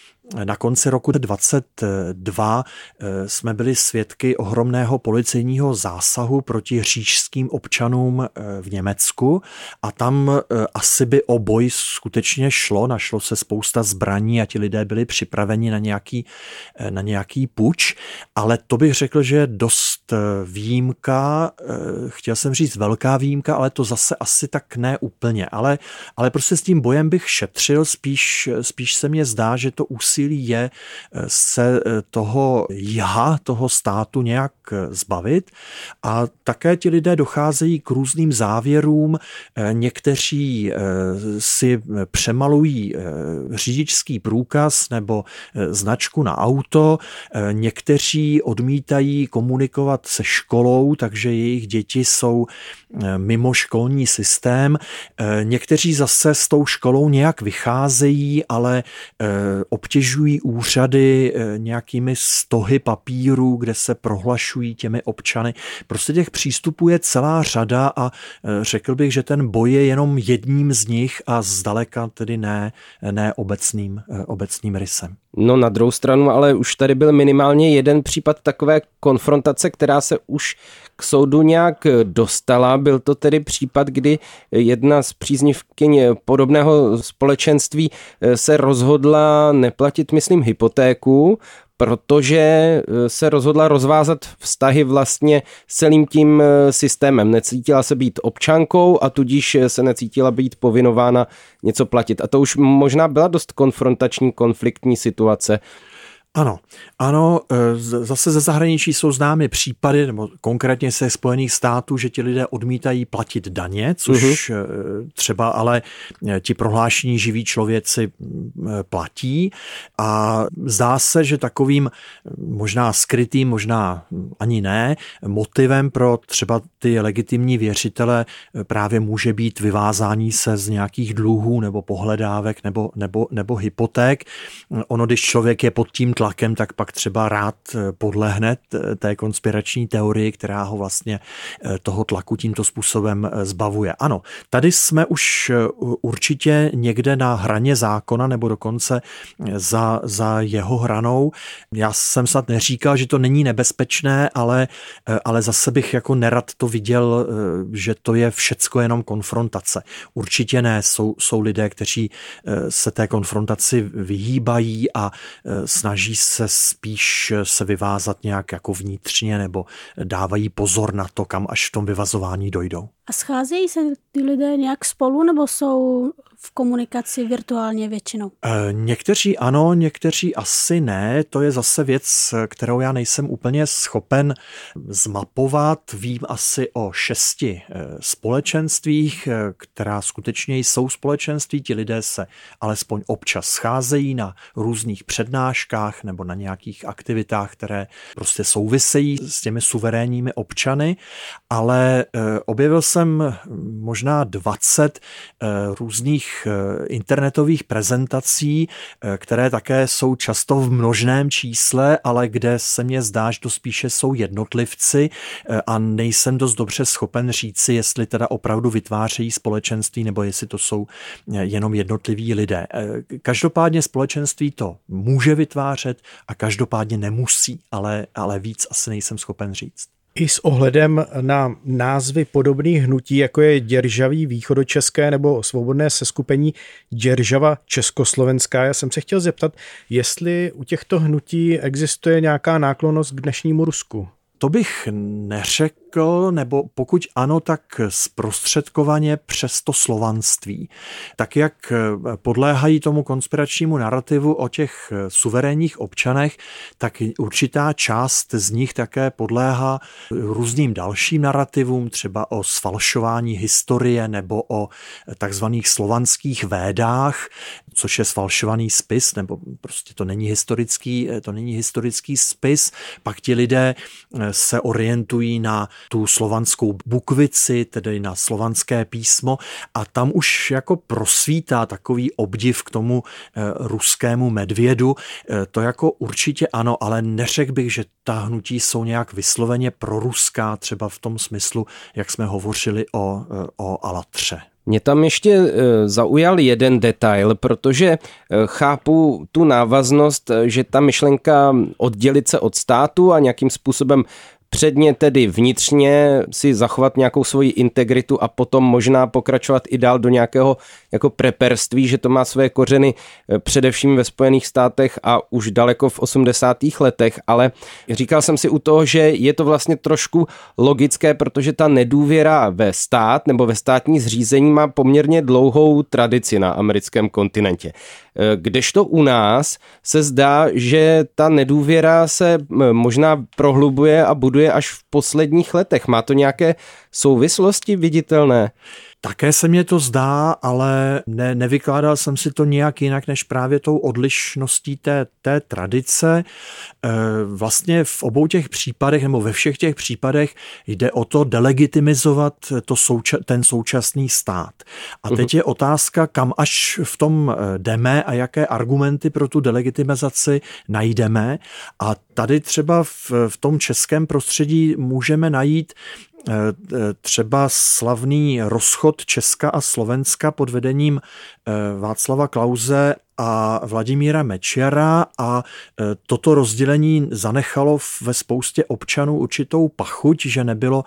Na konci roku dvacet dva jsme byli svědky ohromného policejního zásahu proti říšským občanům v Německu a tam asi by o boj skutečně šlo, našlo se spousta zbraní a ti lidé byli připraveni na nějaký, na nějaký puč, ale to bych řekl, že je dost výjimka, chtěl jsem říct velká výjimka, ale to zase asi tak ne úplně, ale, ale prostě s tím bojem bych šetřil, spíš, spíš se mně zdá, že to úsilí je se toho jha, toho státu nějak zbavit a také ti lidé docházejí k různým závěrům. Někteří si přemalují řidičský průkaz nebo značku na auto, někteří odmítají komunikovat se školou, takže jejich děti jsou mimo školní systém. Někteří zase s tou školou nějak vycházejí, ale obtěžují úřady nějakými stohy papírů, kde se prohlašují těmi občany. Prostě těch přístupů je celá řada a řekl bych, že ten boj je jenom jedním z nich a zdaleka tedy ne, ne obecným, obecným rysem. No na druhou stranu, ale už tady byl minimálně jeden případ takové konfrontace, která se už k soudu nějak dostala. Byl to tedy případ, kdy jedna z příznivkyň podobného společenství se rozhodla neplatit, myslím, hypotéku, protože se rozhodla rozvázat vztahy vlastně s celým tím systémem. Necítila se být občankou a tudíž se necítila být povinována něco platit. A to už možná byla dost konfrontační, konfliktní situace. Ano, ano, zase ze zahraničí jsou známy případy, nebo konkrétně ze Spojených států, že ti lidé odmítají platit daně, což uh-huh. třeba ale ti prohlášení živí člověci platí a zdá se, že takovým možná skrytým, možná ani ne, motivem pro třeba ty legitimní věřitele právě může být vyvázání se z nějakých dluhů nebo pohledávek nebo, nebo, nebo hypoték. Ono, když člověk je pod tím tlakem, tak pak třeba rád podlehne té konspirační teorii, která ho vlastně toho tlaku tímto způsobem zbavuje. Ano, tady jsme už určitě někde na hraně zákona nebo dokonce za, za jeho hranou. Já jsem snad neříkal, že to není nebezpečné, ale, ale zase bych jako nerad to viděl, že to je všecko jenom konfrontace. Určitě ne, jsou, jsou lidé, kteří se té konfrontaci vyhýbají a snaží se spíš se vyvázat nějak jako vnitřně nebo dávají pozor na to, kam až v tom vyvazování dojdou. A scházejí se ty lidé nějak spolu nebo jsou v komunikaci virtuálně většinou? E, někteří ano, někteří asi ne. To je zase věc, kterou já nejsem úplně schopen zmapovat. Vím asi o šesti společenstvích, která skutečně jsou společenství. Ti lidé se alespoň občas scházejí na různých přednáškách nebo na nějakých aktivitách, které prostě souvisejí s těmi suverénními občany, ale objevil jsem možná dvacet různých internetových prezentací, které také jsou často v množném čísle, ale kde se mně zdá, že to spíše jsou jednotlivci a nejsem dost dobře schopen říci, jestli teda opravdu vytvářejí společenství nebo jestli to jsou jenom jednotliví lidé. Každopádně společenství to může vytvářet a každopádně nemusí, ale, ale víc asi nejsem schopen říct. I s ohledem na názvy podobných hnutí, jako je Děržaví východočeské nebo svobodné seskupení Děržava československá, já jsem se chtěl zeptat, jestli u těchto hnutí existuje nějaká náklonnost k dnešnímu Rusku. To bych neřekl řekl, nebo pokud ano, tak zprostředkovaně přes to slovanství. Tak jak podléhají tomu konspiračnímu narrativu o těch suverénních občanech, tak určitá část z nich také podléhá různým dalším narrativům, třeba o sfalšování historie nebo o takzvaných slovanských védách, což je sfalšovaný spis, nebo prostě to není historický, to není historický spis. Pak ti lidé se orientují na tu slovanskou bukvici, tedy na slovanské písmo, a tam už jako prosvítá takový obdiv k tomu ruskému medvědu. To jako určitě ano, ale neřekl bych, že ta hnutí jsou nějak vysloveně proruská, třeba v tom smyslu, jak jsme hovořili o, o Alatře. Mě tam ještě zaujal jeden detail, protože chápu tu návaznost, že ta myšlenka oddělit se od státu a nějakým způsobem předně tedy vnitřně si zachovat nějakou svoji integritu a potom možná pokračovat i dál do nějakého jako preperství, že to má své kořeny především ve Spojených státech a už daleko v osmdesátých letech, ale říkal jsem si u toho, že je to vlastně trošku logické, protože ta nedůvěra ve stát nebo ve státní zřízení má poměrně dlouhou tradici na americkém kontinentě. Kdežto u nás se zdá, že ta nedůvěra se možná prohlubuje a buduje až v posledních letech. Má to nějaké souvislosti viditelné? Také se mně to zdá, ale ne, nevykládal jsem si to nějak jinak, než právě tou odlišností té, té tradice. E, vlastně v obou těch případech, nebo ve všech těch případech jde o to delegitimizovat to souča- ten současný stát. A teď je otázka, kam až v tom jdeme a jaké argumenty pro tu delegitimizaci najdeme. A tady třeba v, v tom českém prostředí můžeme najít třeba slavný rozchod Česka a Slovenska pod vedením Václava Klause a Vladimíra Mečiara, a toto rozdělení zanechalo ve spoustě občanů určitou pachuť, že nebylo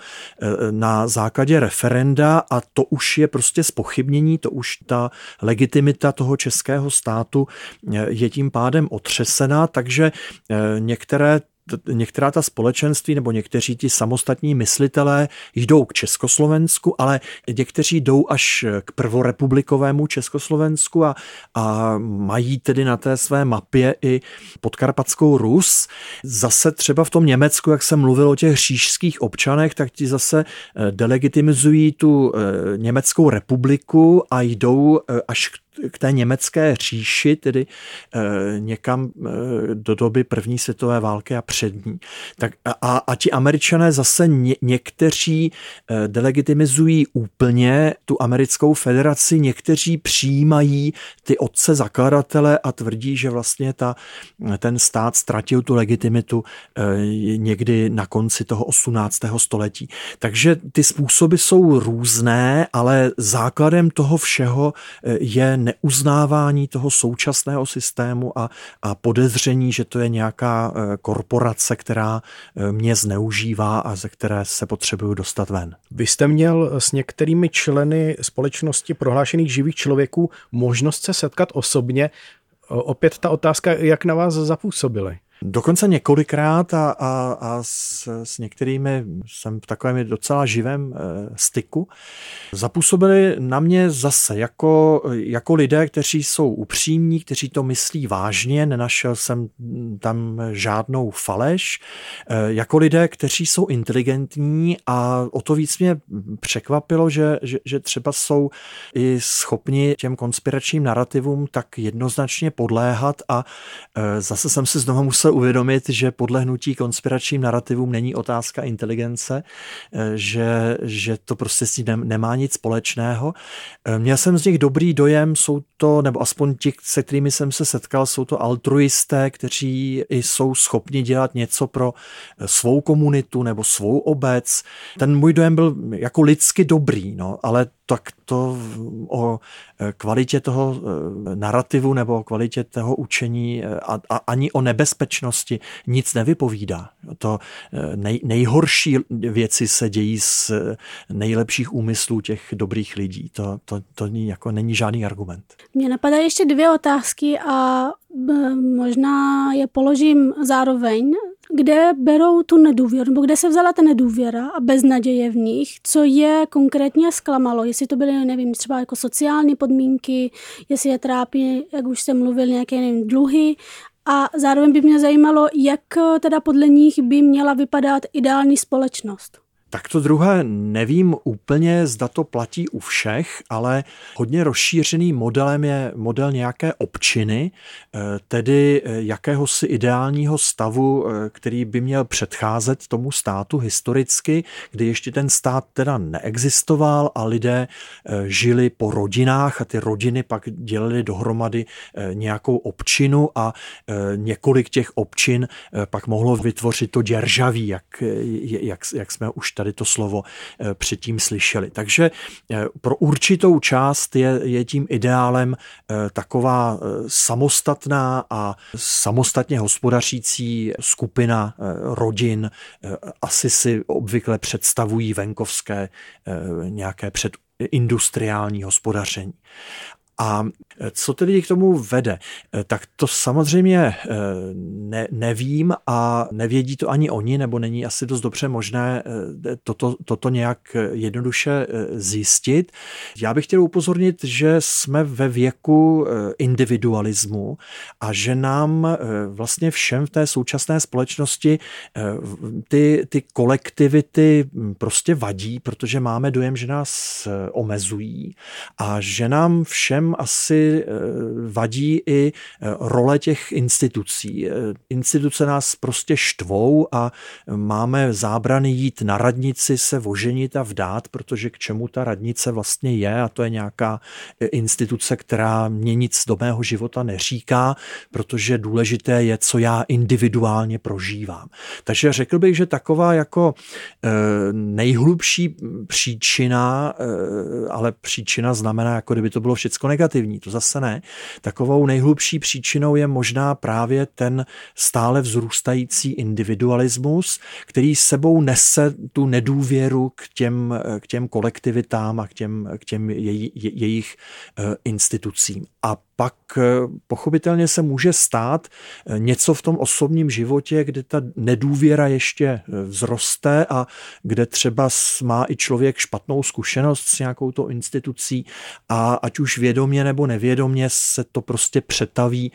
na základě referenda, a to už je prostě zpochybnění, to už ta legitimita toho českého státu je tím pádem otřesená, takže některé Některá ta společenství nebo někteří ti samostatní myslitelé jdou k Československu, ale někteří jdou až k prvorepublikovému Československu a, a mají tedy na té své mapě i Podkarpatskou Rus. Zase třeba v tom Německu, jak jsem mluvil o těch říšských občanech, tak ti zase delegitimizují tu Německou republiku a jdou až k k té německé říši, tedy e, někam e, do doby první světové války a před ní. Tak a, a ti Američané zase ně, někteří e, delegitimizují úplně tu americkou federaci, někteří přijímají ty otce zakladatele a tvrdí, že vlastně ta, ten stát ztratil tu legitimitu e, někdy na konci toho osmnáctého století. Takže ty způsoby jsou různé, ale základem toho všeho je neuznávání toho současného systému a, a podezření, že to je nějaká korporace, která mě zneužívá a ze které se potřebuju dostat ven. Vy jste měl s některými členy společnosti prohlášených živých člověků možnost se setkat osobně. Opět ta otázka, jak na vás zapůsobili? Dokonce několikrát a, a, a s, s některými jsem v takovém docela živém e, styku. Zapůsobili na mě zase jako, jako lidé, kteří jsou upřímní, kteří to myslí vážně, nenašel jsem tam žádnou faleš, e, jako lidé, kteří jsou inteligentní, a o to víc mě překvapilo, že, že, že třeba jsou i schopni těm konspiračním narrativům tak jednoznačně podléhat, a e, zase jsem si znovu musel uvědomit, že podlehnutí konspiračním narrativům není otázka inteligence, že, že to prostě s tím nemá nic společného. Měl jsem z nich dobrý dojem, jsou to, nebo aspoň ti, se kterými jsem se setkal, jsou to altruisté, kteří jsou schopni dělat něco pro svou komunitu nebo svou obec. Ten můj dojem byl jako lidsky dobrý, no, ale tak to o kvalitě toho narrativu nebo o kvalitě toho učení a, a ani o nebezpečnosti nic nevypovídá. To nej, nejhorší věci se dějí z nejlepších úmyslů těch dobrých lidí. To, to, to jako není žádný argument. Mně napadají ještě dvě otázky a možná je položím zároveň. kde berou tu nedůvěru, nebo kde se vzala ta nedůvěra a beznaděje v nich, co je konkrétně zklamalo, jestli to byly, nevím, třeba jako sociální podmínky, jestli je trápí, jak už jsem mluvil, nějaké, nevím, dluhy. A zároveň by mě zajímalo, jak teda podle nich by měla vypadat ideální společnost. Tak to druhé nevím úplně, zda to platí u všech, ale hodně rozšířený modelem je model nějaké občiny, tedy jakéhosi ideálního stavu, který by měl předcházet tomu státu historicky, kdy ještě ten stát teda neexistoval a lidé žili po rodinách a ty rodiny pak dělily dohromady nějakou občinu a několik těch občin pak mohlo vytvořit to děržaví, jak, jak, jak jsme už tady to slovo předtím slyšeli. Takže pro určitou část je, je tím ideálem taková samostatná a samostatně hospodařící skupina rodin. Asi si obvykle představují venkovské nějaké předindustriální hospodaření. A co tedy k tomu vede? Tak to samozřejmě ne, nevím a nevědí to ani oni, nebo není asi dost dobře možné toto, toto nějak jednoduše zjistit. Já bych chtěl upozornit, že jsme ve věku individualismu a že nám vlastně všem v té současné společnosti ty, ty kolektivity prostě vadí, protože máme dojem, že nás omezují a že nám všem asi vadí i role těch institucí. Instituce nás prostě štvou a máme zábrany jít na radnici, se oženit a vdát, protože k čemu ta radnice vlastně je, a to je nějaká instituce, která mě nic do mého života neříká, protože důležité je, co já individuálně prožívám. Takže řekl bych, že taková jako nejhlubší příčina, ale příčina znamená, jako kdyby to bylo všecko negativní, to zase ne. Takovou nejhlubší příčinou je možná právě ten stále vzrůstající individualismus, který sebou nese tu nedůvěru k těm, k těm kolektivitám a k těm, k těm jej, jejich institucím. A pak pochopitelně se může stát něco v tom osobním životě, kde ta nedůvěra ještě vzroste a kde třeba má i člověk špatnou zkušenost s nějakou to institucí a ať už vědomě nebo nevědomě se to prostě přetaví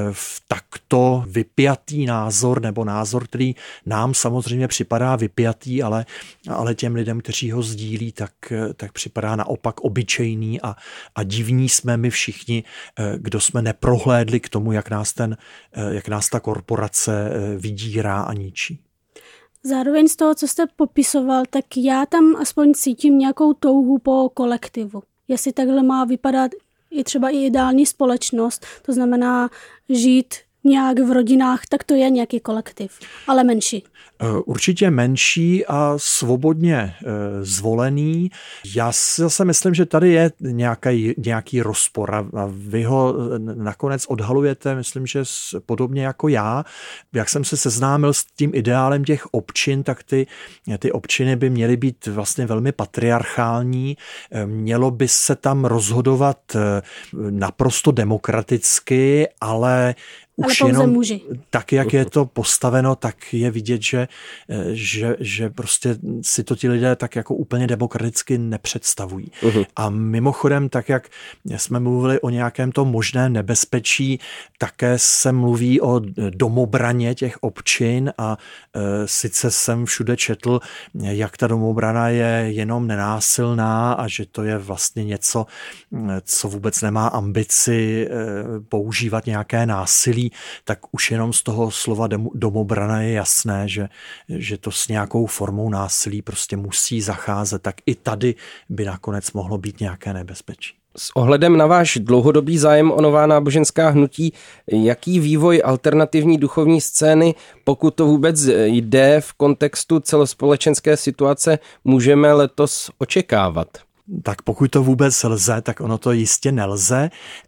v takto vypjatý názor nebo názor, který nám samozřejmě připadá vypjatý, ale, ale těm lidem, kteří ho sdílí, tak, tak připadá naopak obyčejný a, a divní jsme my všichni, kdo jsme neprohlédli k tomu, jak nás, ten, jak nás ta korporace vydírá a ničí. Zároveň z toho, co jste popisoval, tak já tam aspoň cítím nějakou touhu po kolektivu. Jestli takhle má vypadat i třeba i ideální společnost, to znamená žít nějak v rodinách, tak to je nějaký kolektiv, ale menší. Určitě menší a svobodně zvolený. Já si zase myslím, že tady je nějaký, nějaký rozpor a vy ho nakonec odhalujete, myslím, že podobně jako já. Jak jsem se seznámil s tím ideálem těch občin, tak ty, ty občiny by měly být vlastně velmi patriarchální. Mělo by se tam rozhodovat naprosto demokraticky, ale už ale pouze jenom muži. Tak, jak je to postaveno, tak je vidět, že, že, že prostě si to ti lidé tak jako úplně demokraticky nepředstavují. Uh-huh. A mimochodem, tak jak jsme mluvili o nějakém tom možném nebezpečí, také se mluví o domobraně těch občin a e, sice jsem všude četl, jak ta domobrana je jenom nenásilná a že to je vlastně něco, co vůbec nemá ambici e, používat nějaké násilí, tak už jenom z toho slova domobrana je jasné, že, že to s nějakou formou násilí prostě musí zacházet. Tak i tady by nakonec mohlo být nějaké nebezpečí. S ohledem na váš dlouhodobý zájem o nová náboženská hnutí, jaký vývoj alternativní duchovní scény, pokud to vůbec jde v kontextu celospolečenské situace, můžeme letos očekávat? Tak pokud to vůbec lze, tak ono to jistě nelze,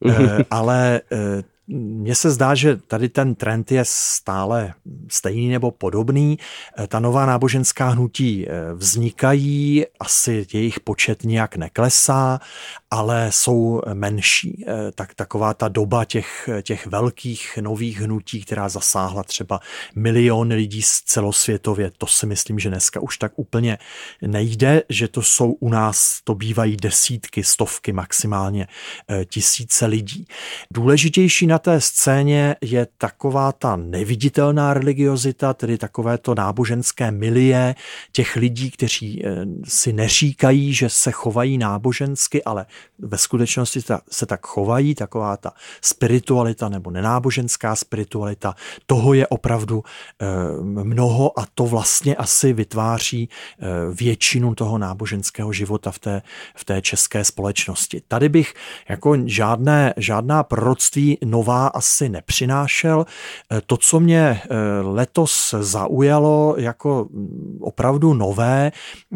ale mně se zdá, že tady ten trend je stále stejný nebo podobný. Ta nová náboženská hnutí vznikají, asi jejich počet nějak neklesá ale jsou menší. Tak taková ta doba těch, těch velkých nových hnutí, která zasáhla třeba miliony lidí celosvětově, to si myslím, že dneska už tak úplně nejde, že to jsou u nás, to bývají desítky, stovky, maximálně tisíce lidí. Důležitější na té scéně je taková ta neviditelná religiozita, tedy takové to náboženské milie těch lidí, kteří si neříkají, že se chovají nábožensky, ale ve skutečnosti se tak chovají, taková ta spiritualita nebo nenáboženská spiritualita, toho je opravdu mnoho a to vlastně asi vytváří většinu toho náboženského života v té, v té české společnosti. Tady bych jako žádné, žádná proroctví nová asi nepřinášel. To, co mě letos zaujalo jako opravdu nové,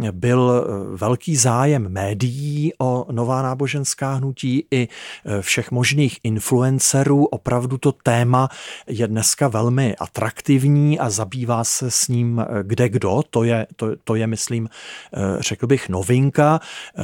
byl velký zájem médií o nová náboženská hnutí i všech možných influencerů. Opravdu to téma je dneska velmi atraktivní a zabývá se s ním kde kdo. To je, to, to je, myslím, řekl bych, novinka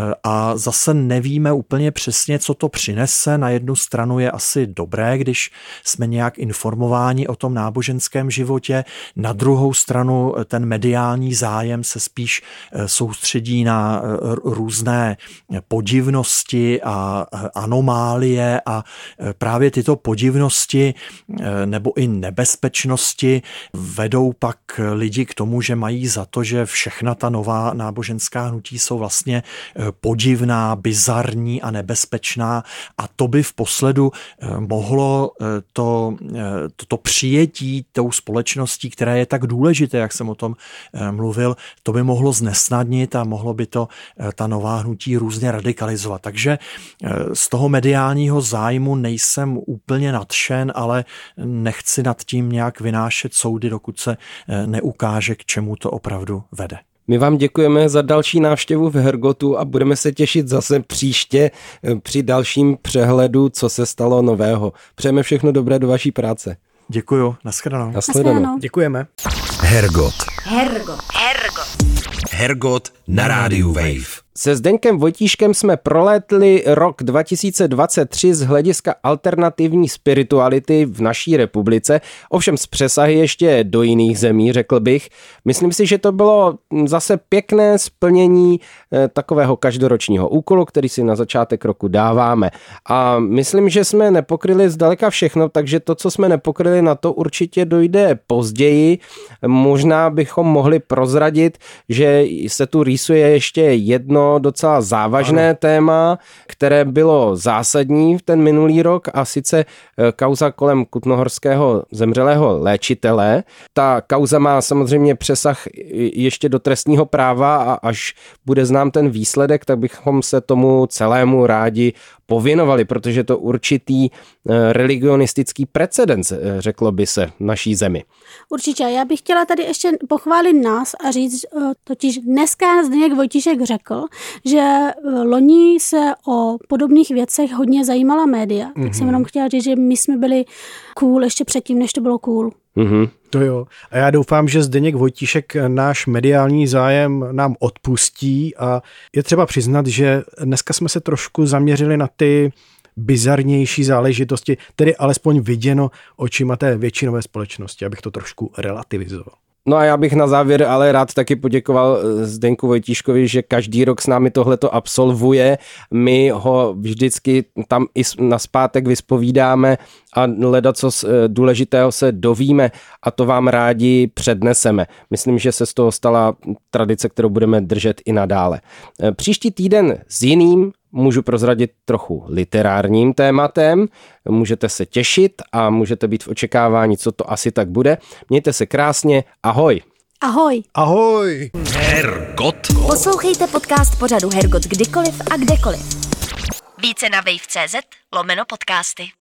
a zase nevíme úplně přesně, co to přinese. Na jednu stranu je asi dobré, když jsme nějak informováni o tom náboženském životě. Na druhou stranu ten mediální zájem se spíš soustředí na různé podivnosti a anomálie a právě tyto podivnosti nebo i nebezpečnosti vedou pak lidi k tomu, že mají za to, že všechna ta nová náboženská hnutí jsou vlastně podivná, bizarní a nebezpečná a to by v posledu mohlo to, to, to přijetí tou společností, které je tak důležité, jak jsem o tom mluvil, to by mohlo znesnadnit a mohlo by to ta nová hnutí různě radikalizovat. Takže z toho mediálního zájmu nejsem úplně nadšen, ale nechci nad tím nějak vynášet soudy, dokud se neukáže, k čemu to opravdu vede. My vám děkujeme za další návštěvu v Hergotu a budeme se těšit zase příště při dalším přehledu, co se stalo nového. Přejeme všechno dobré do vaší práce. Děkuju, nashledanou. Nashledanou. Děkujeme. Hergot. Hergot. Hergot. Hergot na rádiu Wave. Se Zdeňkem Vojtíškem jsme prolétli rok dva tisíce dvacet tři z hlediska alternativní spirituality v naší republice, ovšem s přesahy ještě do jiných zemí, řekl bych. Myslím si, že to bylo zase pěkné splnění takového každoročního úkolu, který si na začátek roku dáváme. A myslím, že jsme nepokryli zdaleka všechno, takže to, co jsme nepokryli, na to určitě dojde později. Možná bychom mohli prozradit, že se tu rýsuje ještě jedno docela závažné ano. téma, které bylo zásadní v ten minulý rok a sice kauza kolem kutnohorského zemřelého léčitele. Ta kauza má samozřejmě přesah ještě do trestního práva a až bude znám ten výsledek, tak bychom se tomu celému rádi pověnovali, protože to určitý religionistický precedens, řeklo by se, v naší zemi. Určitě. Já bych chtěla tady ještě pochválit nás a říct, totiž dneska Zdeněk Vojtíšek řekl, že loni se o podobných věcech hodně zajímala média. Mm-hmm. Tak jsem jenom chtěla říct, že my jsme byli cool ještě předtím, než to bylo cool. Mm-hmm. To jo. A já doufám, že Zdeněk Vojtíšek náš mediální zájem nám odpustí a je třeba přiznat, že dneska jsme se trošku zaměřili na ty bizarnější záležitosti, tedy alespoň viděno očima té většinové společnosti, abych to trošku relativizoval. No a já bych na závěr ale rád taky poděkoval Zdeňku Vojtíškovi, že každý rok s námi tohleto absolvuje. My ho vždycky tam i nazpátek vyspovídáme a ledacos důležitého se dovíme a to vám rádi předneseme. Myslím, že se z toho stala tradice, kterou budeme držet i nadále. Příští týden s jiným, můžu prozradit, trochu literárním tématem. Můžete se těšit a můžete být v očekávání, co to asi tak bude. Mějte se krásně. Ahoj. Ahoj. Ahoj. Hergot. Poslouchejte podcast pořadu Hergot kdykoliv a kdekoliv. Více na wave tečka cé zet lomeno podcasty.